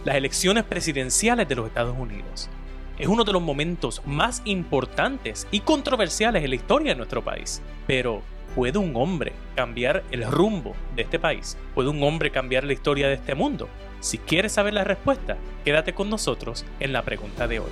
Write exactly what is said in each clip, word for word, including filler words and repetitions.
las elecciones presidenciales de los Estados Unidos. Es uno de los momentos más importantes y controversiales en la historia de nuestro país. Pero, ¿puede un hombre cambiar el rumbo de este país? ¿Puede un hombre cambiar la historia de este mundo? Si quieres saber la respuesta, quédate con nosotros en la pregunta de hoy.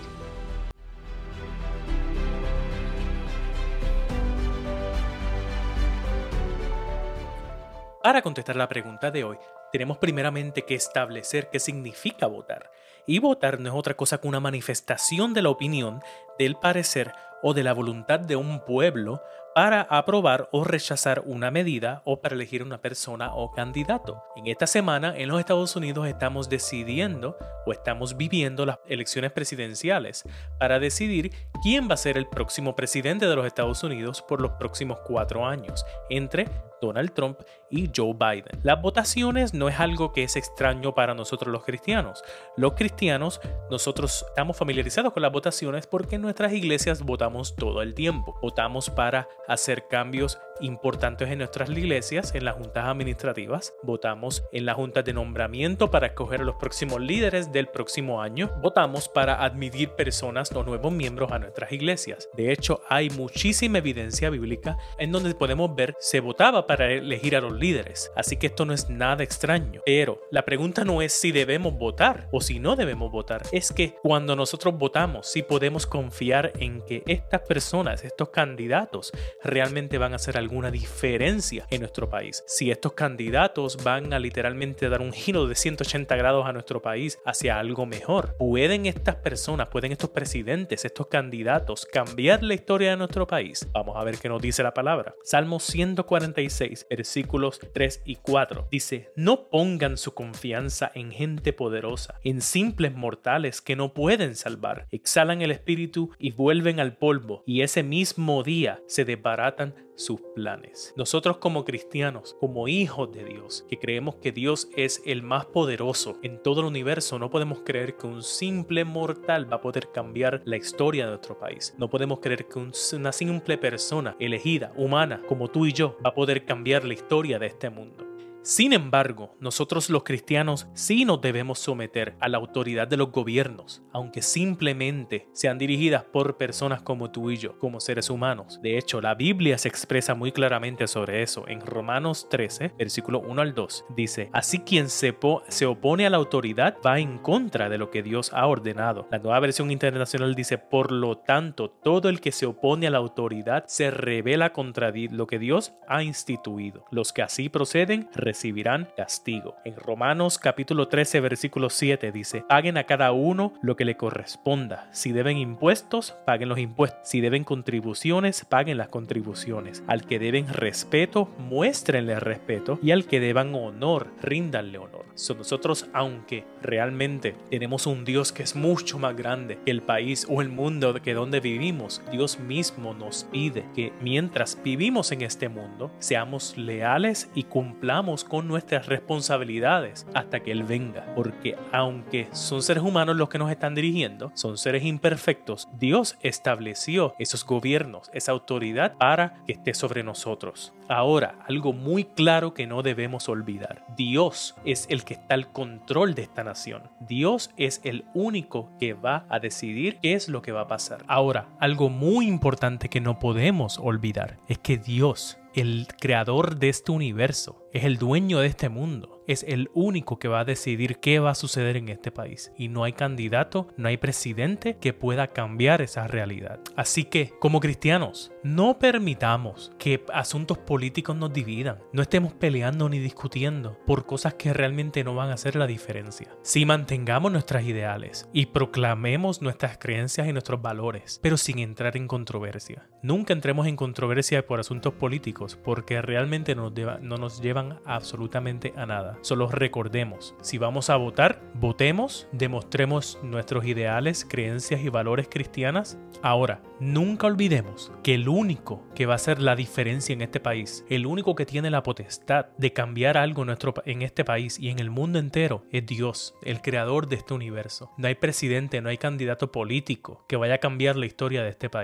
Para contestar la pregunta de hoy, tenemos primeramente que establecer qué significa votar. Y votar no es otra cosa que una manifestación de la opinión, del parecer o de la voluntad de un pueblo para aprobar o rechazar una medida o para elegir una persona o candidato. En esta semana en los Estados Unidos estamos decidiendo o estamos viviendo las elecciones presidenciales para decidir quién va a ser el próximo presidente de los Estados Unidos por los próximos cuatro años entre Donald Trump y Joe Biden. Las votaciones no es algo que es extraño para nosotros los cristianos. Los cristianos, nosotros estamos familiarizados con las votaciones porque en nuestras iglesias votamos todo el tiempo. Votamos para hacer cambios importantes en nuestras iglesias, en las juntas administrativas. Votamos en las juntas de nombramiento para escoger a los próximos líderes del próximo año. Votamos para admitir personas o nuevos miembros a nuestras iglesias. De hecho, hay muchísima evidencia bíblica en donde podemos ver se votaba para elegir a los líderes. Así que esto no es nada extraño. Pero la pregunta no es si debemos votar o si no debemos votar. Es que cuando nosotros votamos, si podemos confiar en que estas personas, estos candidatos, realmente van a hacer alguna diferencia en nuestro país. Si estos candidatos van a literalmente dar un giro de ciento ochenta grados a nuestro país hacia algo mejor. ¿Pueden estas personas, pueden estos presidentes, estos candidatos cambiar la historia de nuestro país? Vamos a ver qué nos dice la palabra. Salmo ciento cuarenta y seis, versículos tres y cuatro. Dice, no pongan su confianza en gente poderosa, en simples mortales que no pueden salvar. Exhalan el espíritu y vuelven al polvo, y ese mismo día se desbaratan sus planes. Nosotros como cristianos, como hijos de Dios, que creemos que Dios es el más poderoso en todo el universo, no podemos creer que un simple mortal va a poder cambiar la historia de nuestro país. No podemos creer que un, una simple persona elegida, humana, como tú y yo, va a poder cambiar la historia de este mundo. Sin embargo, nosotros los cristianos sí nos debemos someter a la autoridad de los gobiernos, aunque simplemente sean dirigidas por personas como tú y yo, como seres humanos. De hecho, la Biblia se expresa muy claramente sobre eso. En Romanos trece, versículo uno al dos, dice, así quien se, se opone a la autoridad va en contra de lo que Dios ha ordenado. La Nueva Versión Internacional dice, por lo tanto, todo el que se opone a la autoridad se rebela contra lo que Dios ha instituido. Los que así proceden, recibirán castigo. En Romanos capítulo trece versículo siete dice, paguen a cada uno lo que le corresponda. Si deben impuestos, paguen los impuestos. Si deben contribuciones, paguen las contribuciones. Al que deben respeto, muéstrenle respeto. Y al que deban honor, ríndanle honor. So, nosotros, aunque realmente tenemos un Dios que es mucho más grande que el país o el mundo que donde vivimos, Dios mismo nos pide que mientras vivimos en este mundo, seamos leales y cumplamos con nuestras responsabilidades hasta que Él venga, porque aunque son seres humanos los que nos están dirigiendo, son seres imperfectos, Dios estableció esos gobiernos, esa autoridad para que esté sobre nosotros. Ahora, algo muy claro que no debemos olvidar, Dios es el que está al control de esta nación. Dios es el único que va a decidir qué es lo que va a pasar. Ahora, algo muy importante que no podemos olvidar es que Dios, el creador de este universo, es el dueño de este mundo. Es el único que va a decidir qué va a suceder en este país. Y no hay candidato, no hay presidente que pueda cambiar esa realidad. Así que, como cristianos, no permitamos que asuntos políticos nos dividan. No estemos peleando ni discutiendo por cosas que realmente no van a hacer la diferencia. Sí, mantengamos nuestras ideales y proclamemos nuestras creencias y nuestros valores, pero sin entrar en controversia. Nunca entremos en controversia por asuntos políticos, porque realmente no nos, deba, no nos llevan absolutamente a nada. Solo recordemos, si vamos a votar, votemos, demostremos nuestros ideales, creencias y valores cristianas. Ahora, nunca olvidemos que el único que va a hacer la diferencia en este país, el único que tiene la potestad de cambiar algo en, nuestro, en este país y en el mundo entero, es Dios, el creador de este universo. No hay presidente, no hay candidato político que vaya a cambiar la historia de este país.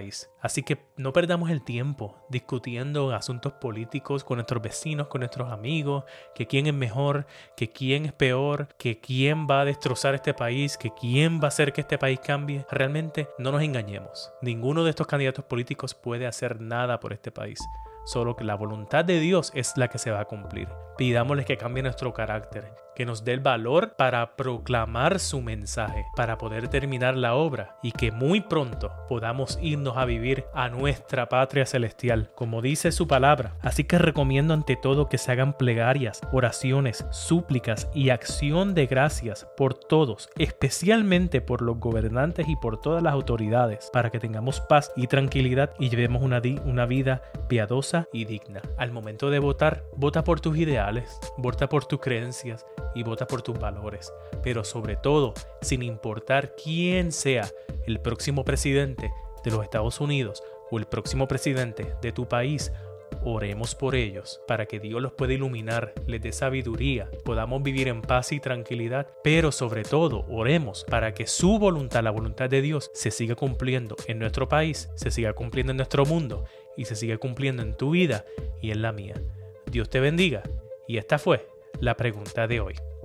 Así que no perdamos el tiempo discutiendo asuntos políticos con nuestros vecinos, con nuestros amigos, que quién es mejor, que quién es peor, que quién va a destrozar este país, que quién va a hacer que este país cambie. Realmente no nos engañemos. Ninguno de estos candidatos políticos puede hacer nada por este país. Solo que la voluntad de Dios es la que se va a cumplir. Pidámosle que cambie nuestro carácter, que nos dé el valor para proclamar su mensaje, para poder terminar la obra y que muy pronto podamos irnos a vivir a nuestra patria celestial, como dice su palabra. Así que recomiendo ante todo que se hagan plegarias, oraciones, súplicas y acción de gracias por todos, especialmente por los gobernantes y por todas las autoridades, para que tengamos paz y tranquilidad y llevemos una, una vida piadosa y digna. Al momento de votar, vota por tus ideales, vota por tus creencias y vota por tus valores, pero sobre todo, sin importar quién sea el próximo presidente de los Estados Unidos o el próximo presidente de tu país, oremos por ellos para que Dios los pueda iluminar, les dé sabiduría, podamos vivir en paz y tranquilidad, pero sobre todo oremos para que su voluntad, la voluntad de Dios, se siga cumpliendo en nuestro país, se siga cumpliendo en nuestro mundo y se siga cumpliendo en tu vida y en la mía. Dios te bendiga y esta fue la pregunta de hoy.